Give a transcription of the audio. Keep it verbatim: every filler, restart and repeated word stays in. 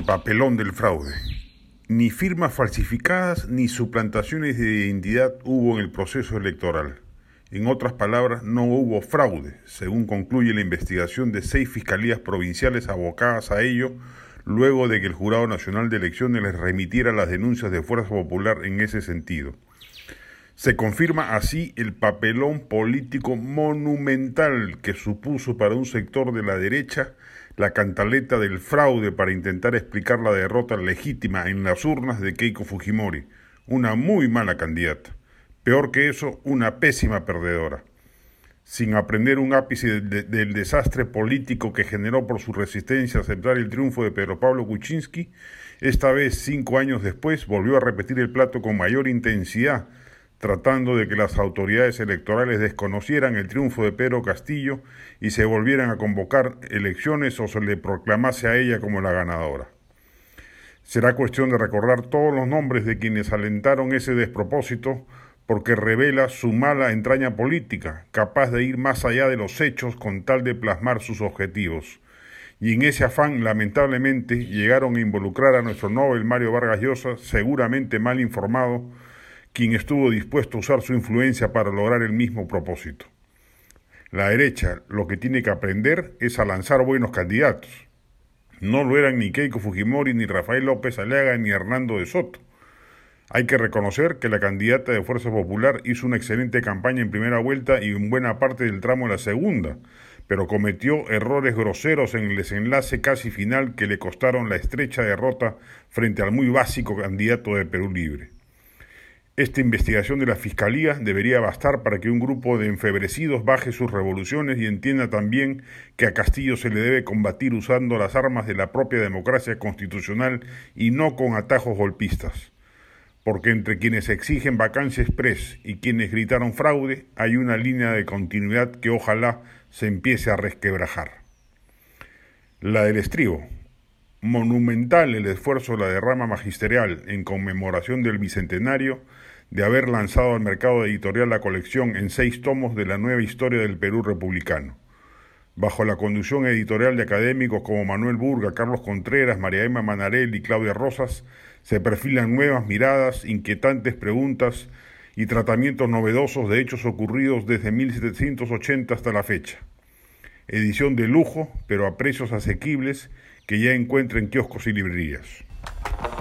El papelón del fraude. Ni firmas falsificadas ni suplantaciones de identidad hubo en el proceso electoral. En otras palabras, no hubo fraude, según concluye la investigación de seis fiscalías provinciales abocadas a ello, luego de que el Jurado Nacional de Elecciones les remitiera las denuncias de Fuerza Popular en ese sentido. Se confirma así el papelón político monumental que supuso para un sector de la derecha la cantaleta del fraude para intentar explicar la derrota legítima en las urnas de Keiko Fujimori, una muy mala candidata. Peor que eso, una pésima perdedora. Sin aprender un ápice de, de, del desastre político que generó por su resistencia a aceptar el triunfo de Pedro Pablo Kuczynski, esta vez, cinco años después, volvió a repetir el plato con mayor intensidad, tratando de que las autoridades electorales desconocieran el triunfo de Pedro Castillo y se volvieran a convocar elecciones o se le proclamase a ella como la ganadora. Será cuestión de recordar todos los nombres de quienes alentaron ese despropósito, porque revela su mala entraña política, capaz de ir más allá de los hechos con tal de plasmar sus objetivos. Y en ese afán, lamentablemente, llegaron a involucrar a nuestro Nobel Mario Vargas Llosa, seguramente mal informado, quien estuvo dispuesto a usar su influencia para lograr el mismo propósito. La derecha lo que tiene que aprender es a lanzar buenos candidatos. No lo eran ni Keiko Fujimori, ni Rafael López Aliaga, ni Hernando de Soto. Hay que reconocer que la candidata de Fuerza Popular hizo una excelente campaña en primera vuelta y en buena parte del tramo en la segunda, pero cometió errores groseros en el desenlace casi final que le costaron la estrecha derrota frente al muy básico candidato de Perú Libre. Esta investigación de la Fiscalía debería bastar para que un grupo de enfebrecidos baje sus revoluciones y entienda también que a Castillo se le debe combatir usando las armas de la propia democracia constitucional y no con atajos golpistas. Porque entre quienes exigen vacancia express y quienes gritaron fraude, hay una línea de continuidad que ojalá se empiece a resquebrajar. La del estribo. Monumental el esfuerzo de la derrama magisterial en conmemoración del bicentenario de haber lanzado al mercado editorial la colección en seis tomos de la nueva historia del Perú republicano. Bajo la conducción editorial de académicos como Manuel Burga, Carlos Contreras, María Emma Manarel y Claudia Rosas, se perfilan nuevas miradas, inquietantes preguntas y tratamientos novedosos de hechos ocurridos desde mil setecientos ochenta hasta la fecha. Edición de lujo, pero a precios asequibles que ya encuentra en kioscos y librerías.